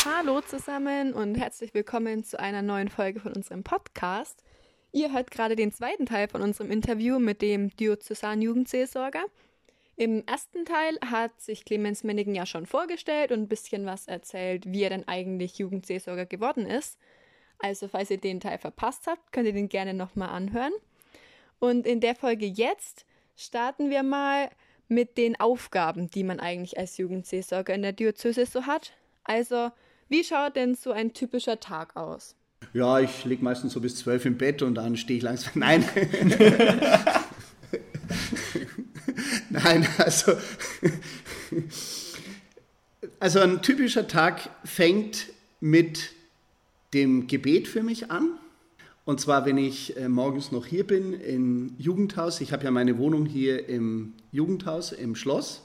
Hallo zusammen und herzlich willkommen zu einer neuen Folge von unserem Podcast. Ihr hört gerade den zweiten Teil von unserem Interview mit dem Diözesan-Jugendseelsorger. Im ersten Teil hat sich Clemens Mennigen ja schon vorgestellt und ein bisschen was erzählt, wie er denn eigentlich Jugendseelsorger geworden ist. Also falls ihr den Teil verpasst habt, könnt ihr den gerne nochmal anhören. Und in der Folge jetzt starten wir mal mit den Aufgaben, die man eigentlich als Jugendseelsorger in der Diözese so hat. Also, wie schaut denn so ein typischer Tag aus? Ja, ich liege meistens so bis 12 im Bett und dann stehe ich langsam. Nein. Nein, also ein typischer Tag fängt mit dem Gebet für mich an. Und zwar, wenn ich morgens noch hier bin im Jugendhaus. Ich habe ja meine Wohnung hier im Jugendhaus, im Schloss.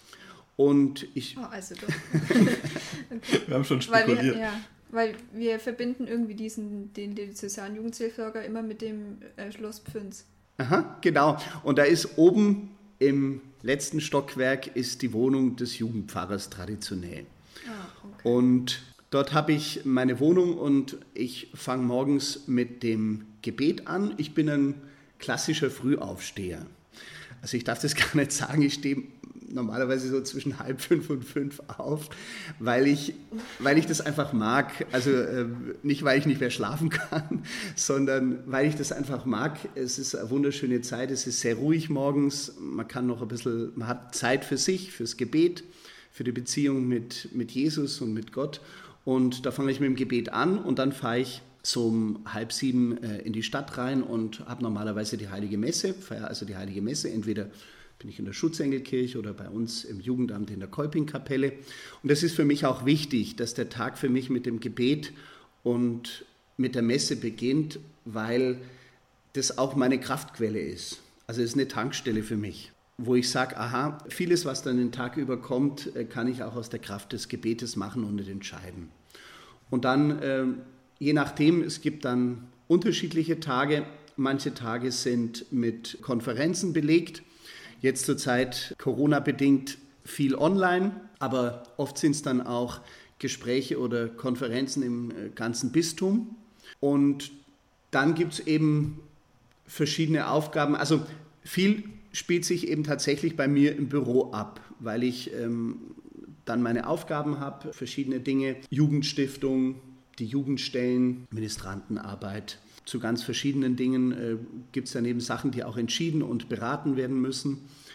Und ich... Oh, also doch. Okay. Wir haben schon spekuliert. Weil wir verbinden irgendwie den Diözesan-Jugendseelsorger immer mit dem Schloss Pfünz. Aha, genau. Und da ist oben im letzten Stockwerk ist die Wohnung des Jugendpfarrers traditionell. Okay. Und dort habe ich meine Wohnung und ich fange morgens mit dem Gebet an. Ich bin ein klassischer Frühaufsteher. Also ich darf das gar nicht sagen, ich stehe normalerweise so zwischen 4:30 und 5 auf, weil ich das einfach mag. Also nicht, weil ich nicht mehr schlafen kann, sondern weil ich das einfach mag. Es ist eine wunderschöne Zeit, es ist sehr ruhig morgens. Man hat Zeit für sich, fürs Gebet, für die Beziehung mit Jesus und mit Gott. Und da fange ich mit dem Gebet an und dann fahre ich so um 6:30 in die Stadt rein und habe normalerweise die Heilige Messe, feiere also die Heilige Messe, entweder bin ich in der Schutzengelkirche oder bei uns im Jugendamt in der Kolpingkapelle. Und das ist für mich auch wichtig, dass der Tag für mich mit dem Gebet und mit der Messe beginnt, weil das auch meine Kraftquelle ist. Also es ist eine Tankstelle für mich, wo ich sage, aha, vieles, was dann den Tag über kommt, kann ich auch aus der Kraft des Gebetes machen und entscheiden. Und dann, je nachdem, es gibt dann unterschiedliche Tage. Manche Tage sind mit Konferenzen belegt. Jetzt zur Zeit Corona-bedingt viel online, aber oft sind es dann auch Gespräche oder Konferenzen im ganzen Bistum. Und dann gibt es eben verschiedene Aufgaben. Also viel spielt sich eben tatsächlich bei mir im Büro ab, weil ich dann meine Aufgaben habe, verschiedene Dinge, Jugendstiftung, die Jugendstellen, Ministrantenarbeit. Zu ganz verschiedenen Dingen gibt es daneben Sachen, die auch entschieden und beraten werden müssen.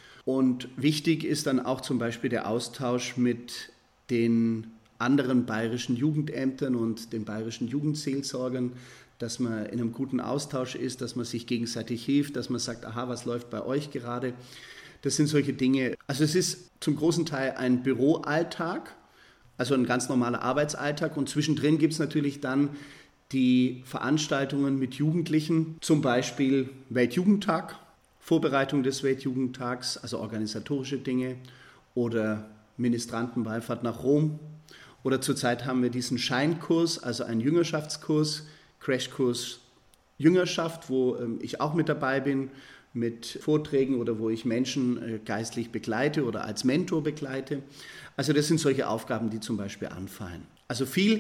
Und wichtig ist dann auch zum Beispiel der Austausch mit den anderen bayerischen Jugendämtern und den bayerischen Jugendseelsorgern, dass man in einem guten Austausch ist, dass man sich gegenseitig hilft, dass man sagt, aha, was läuft bei euch gerade? Das sind solche Dinge. Also es ist zum großen Teil ein Büroalltag, also ein ganz normaler Arbeitsalltag. Und zwischendrin gibt es natürlich dann die Veranstaltungen mit Jugendlichen, zum Beispiel Weltjugendtag, Vorbereitung des Weltjugendtags, also organisatorische Dinge oder Ministrantenwallfahrt nach Rom. Oder zurzeit haben wir diesen Scheinkurs, also einen Jüngerschaftskurs, Crashkurs Jüngerschaft, wo ich auch mit dabei bin, mit Vorträgen oder wo ich Menschen geistlich begleite oder als Mentor begleite. Also das sind solche Aufgaben, die zum Beispiel anfallen. Also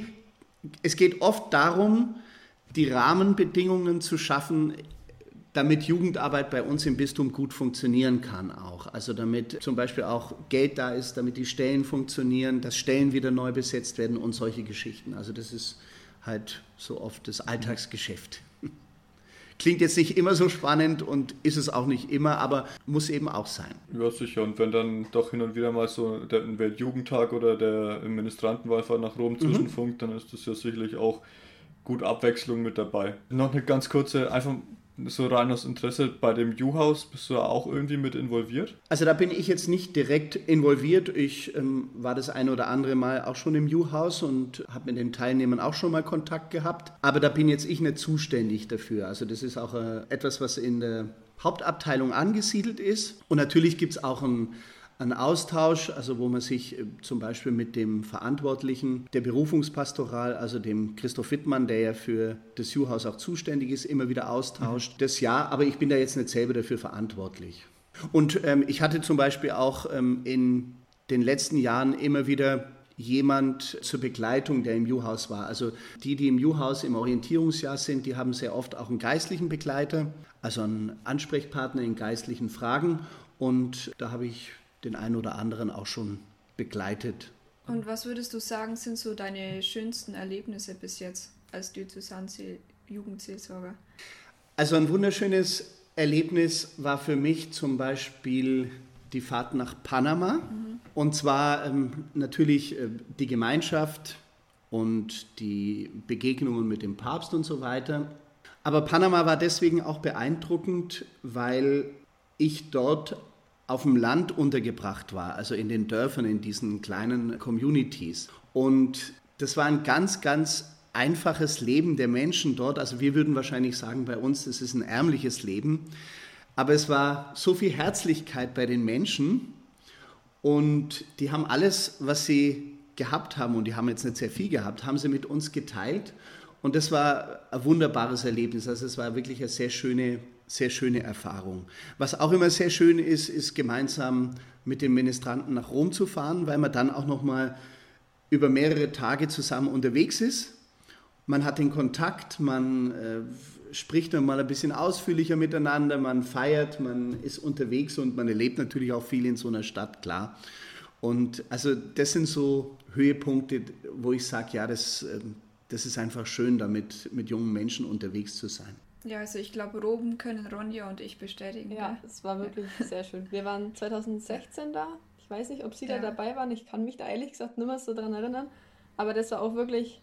es geht oft darum, die Rahmenbedingungen zu schaffen, damit Jugendarbeit bei uns im Bistum gut funktionieren kann auch. Also damit zum Beispiel auch Geld da ist, damit die Stellen funktionieren, dass Stellen wieder neu besetzt werden und solche Geschichten. Also das ist halt so oft das Alltagsgeschäft. Klingt jetzt nicht immer so spannend und ist es auch nicht immer, aber muss eben auch sein. Ja, sicher. Und wenn dann doch hin und wieder mal so der Weltjugendtag oder der Ministrantenwallfahrt nach Rom zwischenfunkt, dann ist das ja sicherlich auch gut Abwechslung mit dabei. Noch eine ganz kurze, einfach so rein aus Interesse, bei dem Juhaus bist du da auch irgendwie mit involviert? Also da bin ich jetzt nicht direkt involviert. Ich war das eine oder andere Mal auch schon im Juhaus und habe mit den Teilnehmern auch schon mal Kontakt gehabt. Aber da bin jetzt ich nicht zuständig dafür. Also das ist auch etwas, was in der Hauptabteilung angesiedelt ist. Und natürlich gibt es auch einen Austausch, also wo man sich zum Beispiel mit dem Verantwortlichen der Berufungspastoral, also dem Christoph Wittmann, der ja für das Juhaus auch zuständig ist, immer wieder austauscht. Das ja, aber ich bin da jetzt nicht selber dafür verantwortlich. Und ich hatte zum Beispiel auch in den letzten Jahren immer wieder jemand zur Begleitung, der im Juhaus war. Also die im Juhaus im Orientierungsjahr sind, die haben sehr oft auch einen geistlichen Begleiter, also einen Ansprechpartner in geistlichen Fragen. Und da habe ich den einen oder anderen auch schon begleitet. Und was würdest du sagen, sind so deine schönsten Erlebnisse bis jetzt als Diözesan-Jugendseelsorger? Also ein wunderschönes Erlebnis war für mich zum Beispiel die Fahrt nach Panama. Und zwar natürlich die Gemeinschaft und die Begegnungen mit dem Papst und so weiter. Aber Panama war deswegen auch beeindruckend, weil ich dort auf dem Land untergebracht war, also in den Dörfern, in diesen kleinen Communities. Und das war ein ganz, ganz einfaches Leben der Menschen dort. Also wir würden wahrscheinlich sagen bei uns, das ist ein ärmliches Leben. Aber es war so viel Herzlichkeit bei den Menschen und die haben alles, was sie gehabt haben, und die haben jetzt nicht sehr viel gehabt, haben sie mit uns geteilt. Und das war ein wunderbares Erlebnis. Also es war wirklich eine sehr schöne Erfahrung. Was auch immer sehr schön ist, ist gemeinsam mit den Ministranten nach Rom zu fahren, weil man dann auch nochmal über mehrere Tage zusammen unterwegs ist. Man hat den Kontakt, man spricht noch mal ein bisschen ausführlicher miteinander, man feiert, man ist unterwegs und man erlebt natürlich auch viel in so einer Stadt, klar. Und also das sind so Höhepunkte, wo ich sage, ja, das ist einfach schön, damit mit jungen Menschen unterwegs zu sein. Ja, also ich glaube, Rom können Ronja und ich bestätigen. Ja, es war wirklich sehr schön. Wir waren 2016 da. Ich weiß nicht, ob Sie da dabei waren. Ich kann mich da ehrlich gesagt nicht mehr so dran erinnern. Aber das war auch wirklich...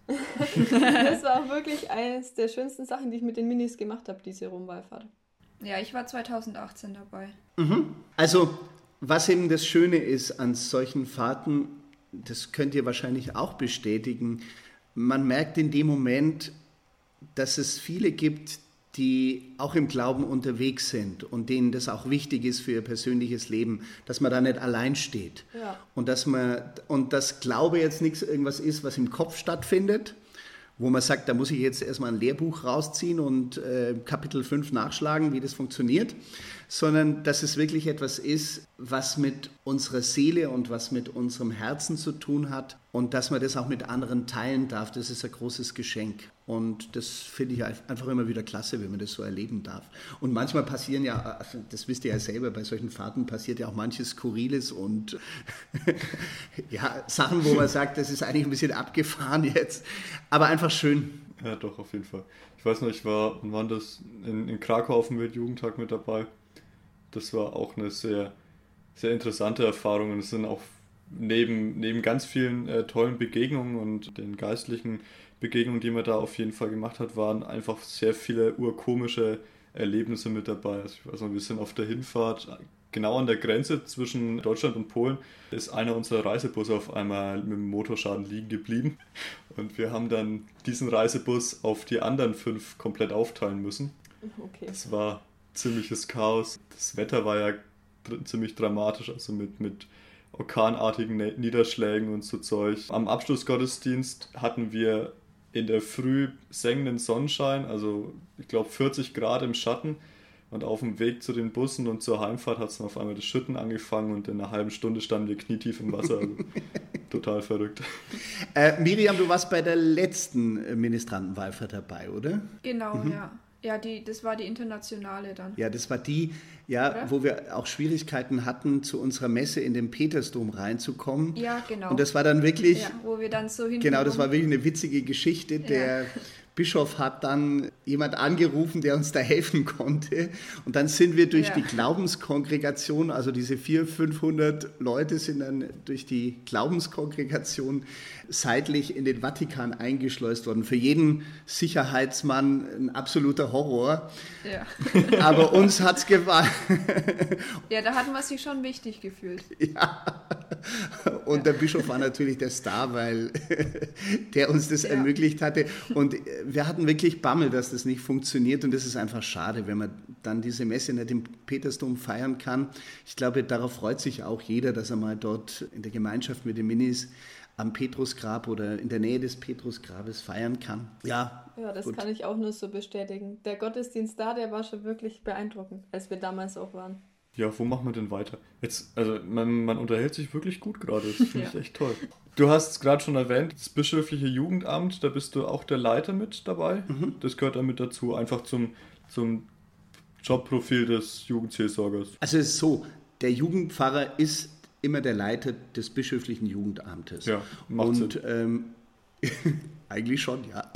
Das war auch wirklich eines der schönsten Sachen, die ich mit den Minis gemacht habe, diese Rom-Wallfahrt. Ja, ich war 2018 dabei. Also, was eben das Schöne ist an solchen Fahrten, das könnt ihr wahrscheinlich auch bestätigen, man merkt in dem Moment, dass es viele gibt, die auch im Glauben unterwegs sind und denen das auch wichtig ist für ihr persönliches Leben, dass man da nicht allein steht. Ja. Und dass Glaube jetzt nichts irgendwas ist, was im Kopf stattfindet, wo man sagt, da muss ich jetzt erstmal ein Lehrbuch rausziehen und Kapitel 5 nachschlagen, wie das funktioniert, sondern dass es wirklich etwas ist, was mit unserer Seele und was mit unserem Herzen zu tun hat und dass man das auch mit anderen teilen darf. Das ist ein großes Geschenk. Und das finde ich einfach immer wieder klasse, wenn man das so erleben darf. Und manchmal passieren ja, das wisst ihr ja selber, bei solchen Fahrten passiert ja auch manches Skurriles und ja, Sachen, wo man sagt, das ist eigentlich ein bisschen abgefahren jetzt, aber einfach schön. Ja, doch, auf jeden Fall. Ich weiß noch, ich war in Krakau auf dem Weltjugendtag mit dabei. Das war auch eine sehr, sehr interessante Erfahrung und es sind auch neben ganz vielen tollen Begegnungen und den geistlichen Begegnungen, die man da auf jeden Fall gemacht hat, waren einfach sehr viele urkomische Erlebnisse mit dabei. Also ich weiß noch, wir sind auf der Hinfahrt, genau an der Grenze zwischen Deutschland und Polen, ist einer unserer Reisebusse auf einmal mit dem Motorschaden liegen geblieben. Und wir haben dann diesen Reisebus auf die anderen 5 komplett aufteilen müssen. Okay. Das war ziemliches Chaos. Das Wetter war ja ziemlich dramatisch, also mit orkanartigen Niederschlägen und so Zeug. Am Abschlussgottesdienst hatten wir in der Früh sengenden Sonnenschein, also ich glaube 40 Grad im Schatten. Und auf dem Weg zu den Bussen und zur Heimfahrt hat es dann auf einmal das Schütten angefangen und in einer halben Stunde standen wir knietief im Wasser. Also total verrückt. Miriam, du warst bei der letzten Ministrantenwallfahrt dabei, oder? Genau, ja. Ja, das war die internationale dann. Ja, das war die, ja, wo wir auch Schwierigkeiten hatten, zu unserer Messe in den Petersdom reinzukommen. Ja, genau. Und das war dann wirklich... Ja, wo wir dann so hinten... Genau, das war wirklich eine witzige Geschichte. Der Bischof hat dann jemand angerufen, der uns da helfen konnte. Und dann sind wir durch die Glaubenskongregation, also diese 400-500 Leute sind dann durch die Glaubenskongregation seitlich in den Vatikan eingeschleust worden. Für jeden Sicherheitsmann ein absoluter Horror. Ja. Aber uns hat es gefallen. Ja, da hatten wir sich schon wichtig gefühlt. Ja. Und der Bischof war natürlich der Star, weil der uns das ermöglicht hatte. Und wir hatten wirklich Bammel, dass das nicht funktioniert. Und das ist einfach schade, wenn man dann diese Messe nicht im Petersdom feiern kann. Ich glaube, darauf freut sich auch jeder, dass er mal dort in der Gemeinschaft mit den Minis am Petrusgrab oder in der Nähe des Petrusgrabes feiern kann. Ja, das gut. Kann ich auch nur so bestätigen. Der Gottesdienst da, der war schon wirklich beeindruckend, als wir damals auch waren. ja, wo machen wir denn weiter? Jetzt, also man unterhält sich wirklich gut gerade, das finde ich echt toll. Du hast es gerade schon erwähnt, das bischöfliche Jugendamt, da bist du auch der Leiter mit dabei. Das gehört da mit dazu, einfach zum Jobprofil des Jugendseelsorgers. Also es ist so, der Jugendpfarrer ist immer der Leiter des bischöflichen Jugendamtes. Ja, macht Sinn. Eigentlich schon, ja.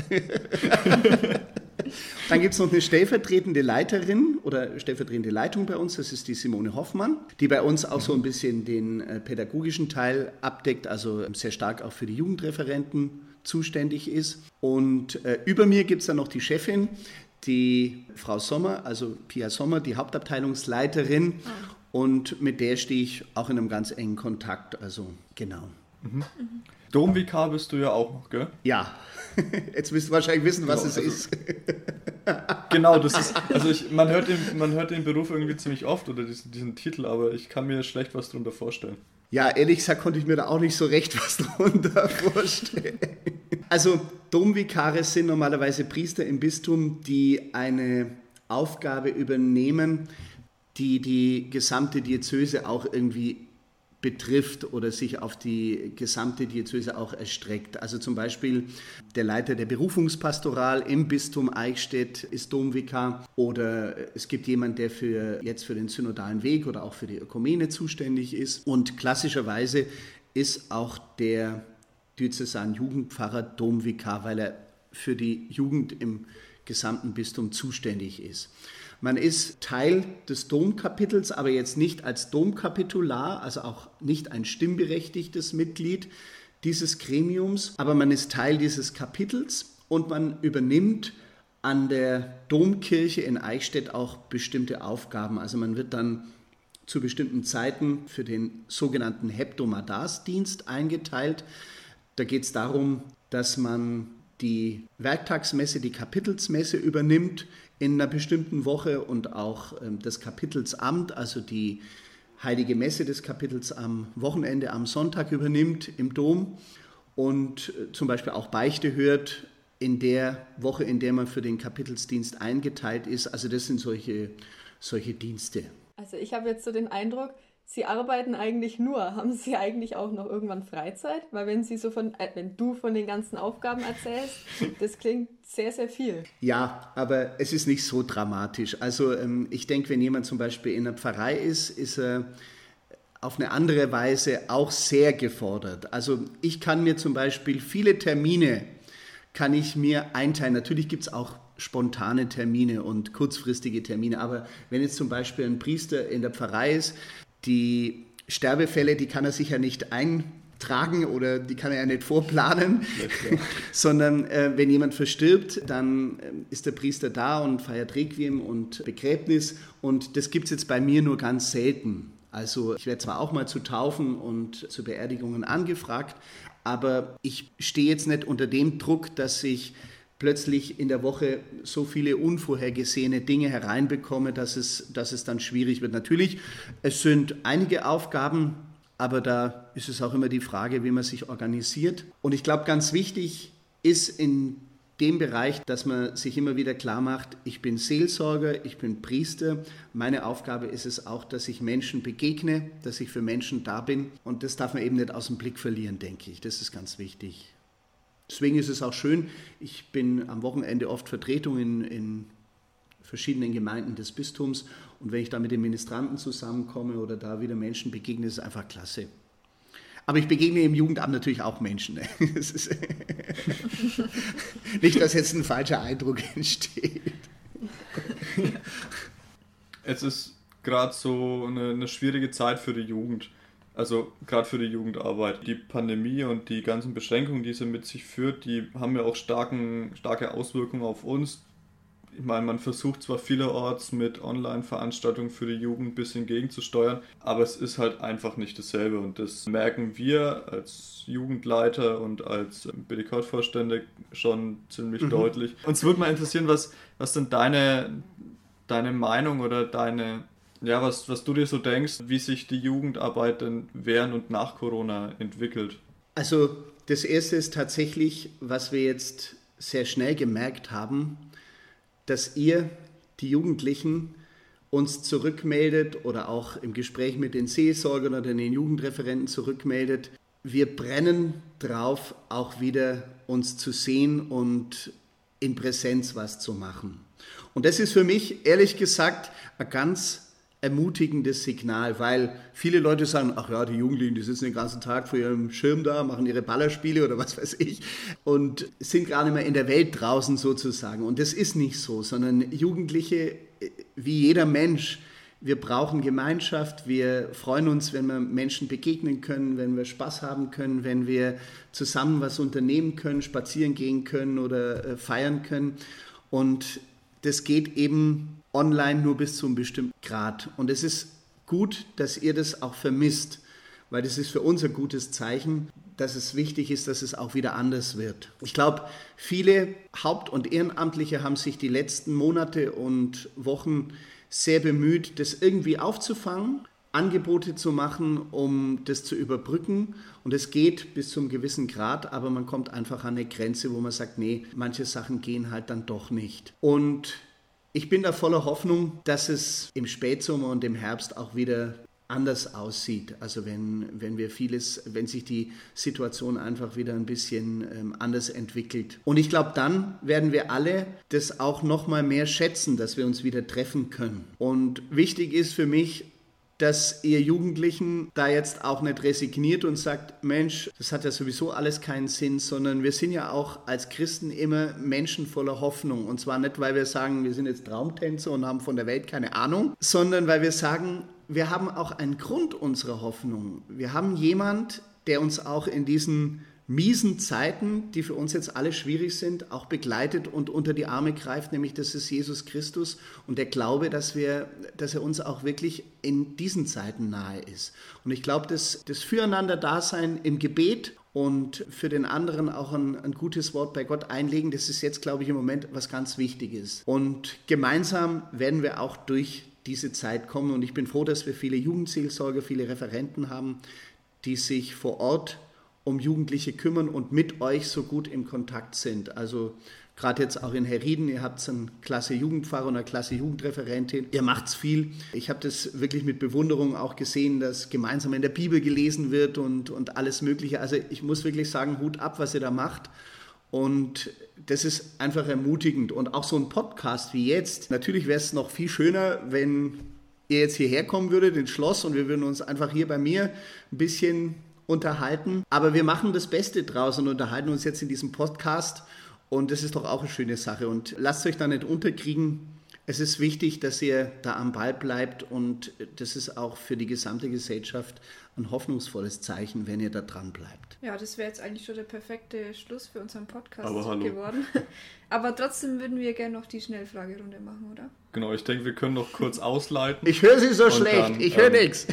Dann gibt es noch eine stellvertretende Leiterin oder stellvertretende Leitung bei uns, das ist die Simone Hoffmann, die bei uns auch so ein bisschen den pädagogischen Teil abdeckt, also sehr stark auch für die Jugendreferenten zuständig ist. Und über mir gibt es dann noch die Chefin, die Frau Sommer, also Pia Sommer, die Hauptabteilungsleiterin. Und mit der stehe ich auch in einem ganz engen Kontakt, also genau. Domvikar bist du ja auch noch, gell? Ja, jetzt wirst du wahrscheinlich wissen, was es ist. Genau, das ist, also man hört den Beruf irgendwie ziemlich oft oder diesen Titel, aber ich kann mir schlecht was darunter vorstellen. Ja, ehrlich gesagt konnte ich mir da auch nicht so recht was darunter vorstellen. Also Domvikare sind normalerweise Priester im Bistum, die eine Aufgabe übernehmen, die die gesamte Diözese auch irgendwie betrifft oder sich auf die gesamte Diözese auch erstreckt. Also zum Beispiel der Leiter der Berufungspastoral im Bistum Eichstätt ist Domvikar oder es gibt jemanden, der jetzt für den synodalen Weg oder auch für die Ökumene zuständig ist. Und klassischerweise ist auch der Diözesan-Jugendpfarrer Domvikar, weil er für die Jugend im gesamten Bistum zuständig ist. Man ist Teil des Domkapitels, aber jetzt nicht als Domkapitular, also auch nicht ein stimmberechtigtes Mitglied dieses Gremiums, aber man ist Teil dieses Kapitels und man übernimmt an der Domkirche in Eichstätt auch bestimmte Aufgaben. Also man wird dann zu bestimmten Zeiten für den sogenannten Hebdomadarsdienst eingeteilt. Da geht es darum, dass man die Werktagsmesse, die Kapitelsmesse übernimmt in einer bestimmten Woche und auch das Kapitelsamt, also die Heilige Messe des Kapitels am Wochenende, am Sonntag übernimmt im Dom und zum Beispiel auch Beichte hört in der Woche, in der man für den Kapitelsdienst eingeteilt ist. Also das sind solche Dienste. Also ich habe jetzt so den Eindruck, Sie arbeiten eigentlich nur. Haben Sie eigentlich auch noch irgendwann Freizeit? Weil wenn du von den ganzen Aufgaben erzählst, das klingt sehr, sehr viel. Ja, aber es ist nicht so dramatisch. Also ich denke, wenn jemand zum Beispiel in einer Pfarrei ist er auf eine andere Weise auch sehr gefordert. Also ich kann mir zum Beispiel viele Termine kann ich mir einteilen. Natürlich gibt es auch spontane Termine und kurzfristige Termine, aber wenn jetzt zum Beispiel ein Priester in der Pfarrei ist, die Sterbefälle, die kann er sicher nicht eintragen oder die kann er ja nicht vorplanen, sondern wenn jemand verstirbt, dann ist der Priester da und feiert Requiem und Begräbnis und das gibt es jetzt bei mir nur ganz selten. Also ich werde zwar auch mal zu Taufen und zu Beerdigungen angefragt, aber ich stehe jetzt nicht unter dem Druck, dass ich plötzlich in der Woche so viele unvorhergesehene Dinge hereinbekomme, dass es dann schwierig wird. Natürlich, es sind einige Aufgaben, aber da ist es auch immer die Frage, wie man sich organisiert. Und ich glaube, ganz wichtig ist in dem Bereich, dass man sich immer wieder klar macht, ich bin Seelsorger, ich bin Priester. Meine Aufgabe ist es auch, dass ich Menschen begegne, dass ich für Menschen da bin. Und das darf man eben nicht aus dem Blick verlieren, denke ich. Das ist ganz wichtig. Deswegen ist es auch schön, ich bin am Wochenende oft Vertretung in verschiedenen Gemeinden des Bistums und wenn ich da mit den Ministranten zusammenkomme oder da wieder Menschen begegne, ist es einfach klasse. Aber ich begegne im Jugendamt natürlich auch Menschen. Ne? Nicht, dass jetzt ein falscher Eindruck entsteht. Es ist gerade so eine schwierige Zeit für die Jugend. Also gerade für die Jugendarbeit. Die Pandemie und die ganzen Beschränkungen, die sie mit sich führt, die haben ja auch starke Auswirkungen auf uns. Ich meine, man versucht zwar vielerorts mit Online-Veranstaltungen für die Jugend ein bisschen gegenzusteuern, aber es ist halt einfach nicht dasselbe und das merken wir als Jugendleiter und als BDK-Vorstände schon ziemlich deutlich. Uns würde mal interessieren, was denn deine Meinung oder was du dir so denkst, wie sich die Jugendarbeit denn während und nach Corona entwickelt? Also das Erste ist tatsächlich, was wir jetzt sehr schnell gemerkt haben, dass ihr, die Jugendlichen, uns zurückmeldet oder auch im Gespräch mit den Seelsorgern oder den Jugendreferenten zurückmeldet, wir brennen drauf, auch wieder uns zu sehen und in Präsenz was zu machen. Und das ist für mich, ehrlich gesagt, ein ganz ermutigendes Signal, weil viele Leute sagen, ach ja, die Jugendlichen, die sitzen den ganzen Tag vor ihrem Schirm da, machen ihre Ballerspiele oder was weiß ich und sind gar nicht mehr in der Welt draußen sozusagen. Und das ist nicht so, sondern Jugendliche, wie jeder Mensch, wir brauchen Gemeinschaft, wir freuen uns, wenn wir Menschen begegnen können, wenn wir Spaß haben können, wenn wir zusammen was unternehmen können, spazieren gehen können oder feiern können. Und das geht eben online nur bis zu einem bestimmten Grad. Und es ist gut, dass ihr das auch vermisst, weil das ist für uns ein gutes Zeichen, dass es wichtig ist, dass es auch wieder anders wird. Ich glaube, viele Haupt- und Ehrenamtliche haben sich die letzten Monate und Wochen sehr bemüht, das irgendwie aufzufangen, Angebote zu machen, um das zu überbrücken. Und es geht bis zu einem gewissen Grad, aber man kommt einfach an eine Grenze, wo man sagt, nee, manche Sachen gehen halt dann doch nicht. Und ich bin da voller Hoffnung, dass es im Spätsommer und im Herbst auch wieder anders aussieht. Also wenn sich die Situation einfach wieder ein bisschen anders entwickelt. Und ich glaube, dann werden wir alle das auch noch mal mehr schätzen, dass wir uns wieder treffen können. Und wichtig ist für mich, dass ihr Jugendlichen da jetzt auch nicht resigniert und sagt, Mensch, das hat ja sowieso alles keinen Sinn, sondern wir sind ja auch als Christen immer Menschen voller Hoffnung. Und zwar nicht, weil wir sagen, wir sind jetzt Traumtänzer und haben von der Welt keine Ahnung, sondern weil wir sagen, wir haben auch einen Grund unserer Hoffnung. Wir haben jemand, der uns auch in diesen miesen Zeiten, die für uns jetzt alle schwierig sind, auch begleitet und unter die Arme greift, nämlich das ist Jesus Christus und der Glaube, dass er uns auch wirklich in diesen Zeiten nahe ist. Und ich glaube, das Füreinander-Dasein im Gebet und für den anderen auch ein gutes Wort bei Gott einlegen, das ist jetzt, glaube ich, im Moment was ganz Wichtiges. Und gemeinsam werden wir auch durch diese Zeit kommen und ich bin froh, dass wir viele Jugendseelsorger, viele Referenten haben, die sich vor Ort um Jugendliche kümmern und mit euch so gut im Kontakt sind. Also gerade jetzt auch in Herrieden, ihr habt einen klasse Jugendpfarrer und eine klasse Jugendreferentin. Ihr macht's viel. Ich habe das wirklich mit Bewunderung auch gesehen, dass gemeinsam in der Bibel gelesen wird und alles Mögliche. Also ich muss wirklich sagen, Hut ab, was ihr da macht. Und das ist einfach ermutigend. Und auch so ein Podcast wie jetzt. Natürlich wäre es noch viel schöner, wenn ihr jetzt hierher kommen würdet ins Schloss und wir würden uns einfach hier bei mir ein bisschen unterhalten. Aber wir machen das Beste draus und unterhalten uns jetzt in diesem Podcast und das ist doch auch eine schöne Sache. Und lasst euch da nicht unterkriegen. Es ist wichtig, dass ihr da am Ball bleibt und das ist auch für die gesamte Gesellschaft ein hoffnungsvolles Zeichen, wenn ihr da dran bleibt. Ja, das wäre jetzt eigentlich schon der perfekte Schluss für unseren Podcast geworden. Aber trotzdem würden wir gerne noch die Schnellfragerunde machen, oder? Genau, ich denke, wir können noch kurz ausleiten. Ich höre Sie so schlecht, dann, ich höre nichts.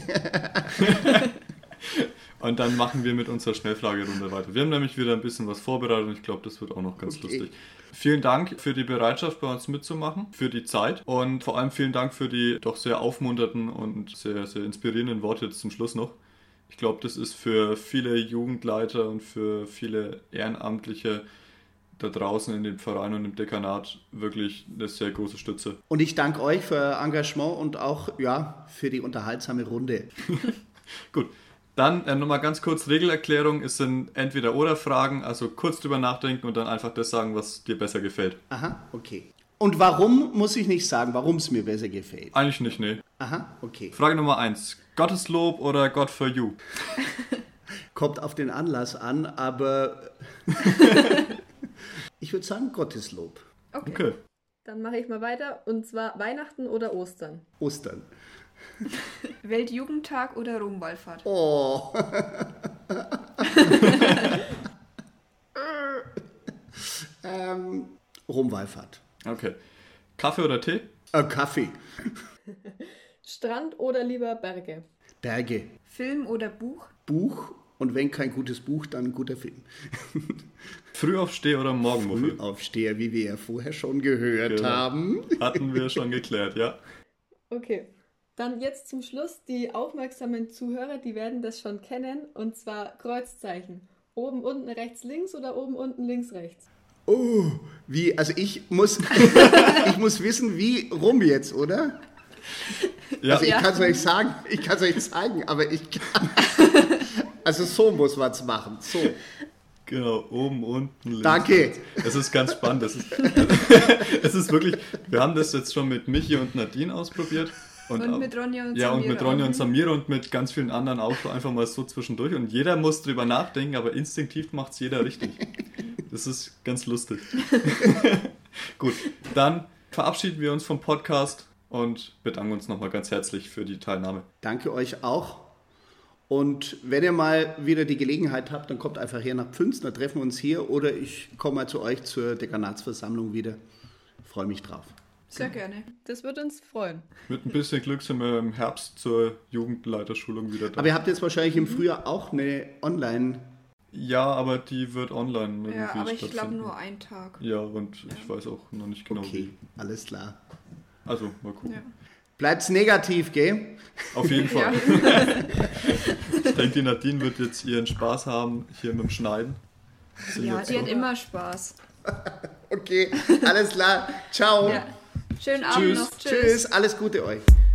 Und dann machen wir mit unserer Schnellfragerunde weiter. Wir haben nämlich wieder ein bisschen was vorbereitet und ich glaube, das wird auch noch ganz lustig. Vielen Dank für die Bereitschaft, bei uns mitzumachen, für die Zeit und vor allem vielen Dank für die doch sehr aufmunternden und sehr, sehr inspirierenden Worte jetzt zum Schluss noch. Ich glaube, das ist für viele Jugendleiter und für viele Ehrenamtliche da draußen in den Vereinen und im Dekanat wirklich eine sehr große Stütze. Und ich danke euch für euer Engagement und auch für die unterhaltsame Runde. Gut. Dann nochmal ganz kurz Regelerklärung. Es sind Entweder-Oder-Fragen, also kurz drüber nachdenken und dann einfach das sagen, was dir besser gefällt. Aha, okay. Und warum muss ich nicht sagen, warum es mir besser gefällt? Eigentlich nicht, nee. Aha, okay. Frage Nummer 1. Gotteslob oder God for You? Kommt auf den Anlass an, aber ich würde sagen Gotteslob. Okay. Dann mache ich mal weiter und zwar Weihnachten oder Ostern? Ostern. Weltjugendtag oder Romwallfahrt? Oh. Romwallfahrt. Okay. Kaffee oder Tee? Kaffee. Strand oder lieber Berge? Berge. Film oder Buch? Buch. Und wenn kein gutes Buch, dann ein guter Film. Frühaufsteher oder Morgenmuffel? Frühaufsteher, wie wir ja vorher schon gehört haben. Hatten wir schon geklärt, ja. Okay. Dann jetzt zum Schluss, die aufmerksamen Zuhörer, die werden das schon kennen, und zwar Kreuzzeichen. Oben, unten, rechts, links oder oben, unten, links, rechts? Oh, wie, also ich muss wissen, wie rum jetzt, oder? Ja. Also ich kann es euch sagen, zeigen, aber ich kann... Also so muss man es machen, so. Genau, oben, unten, links. Danke. Es ist ganz spannend. Es ist wirklich, wir haben das jetzt schon mit Michi und Nadine ausprobiert. Und mit Ronja und Samira. Ja, und mit Ronja und Samira und mit ganz vielen anderen auch einfach mal so zwischendurch. Und jeder muss drüber nachdenken, aber instinktiv macht es jeder richtig. Das ist ganz lustig. Gut, dann verabschieden wir uns vom Podcast und bedanken uns nochmal ganz herzlich für die Teilnahme. Danke euch auch. Und wenn ihr mal wieder die Gelegenheit habt, dann kommt einfach her nach Pfünz, dann treffen wir uns hier oder ich komme mal zu euch zur Dekanatsversammlung wieder. Freue mich drauf. Sehr gerne. Das würde uns freuen. Mit ein bisschen Glück sind wir im Herbst zur Jugendleiterschulung wieder da. Aber ihr habt jetzt wahrscheinlich im Frühjahr auch eine Online... Ja, aber die wird online irgendwie Ja, aber ich glaube nur einen Tag. Ja, und ich weiß auch noch nicht genau wie. Alles klar. Also, mal gucken. Ja. Bleibt's negativ, gell? Auf jeden Fall. Ich denke, die Nadine wird jetzt ihren Spaß haben hier mit dem Schneiden. Ja, die hat immer Spaß. Okay, alles klar. Ciao. Ja. Schönen Abend noch. Tschüss. Alles Gute euch.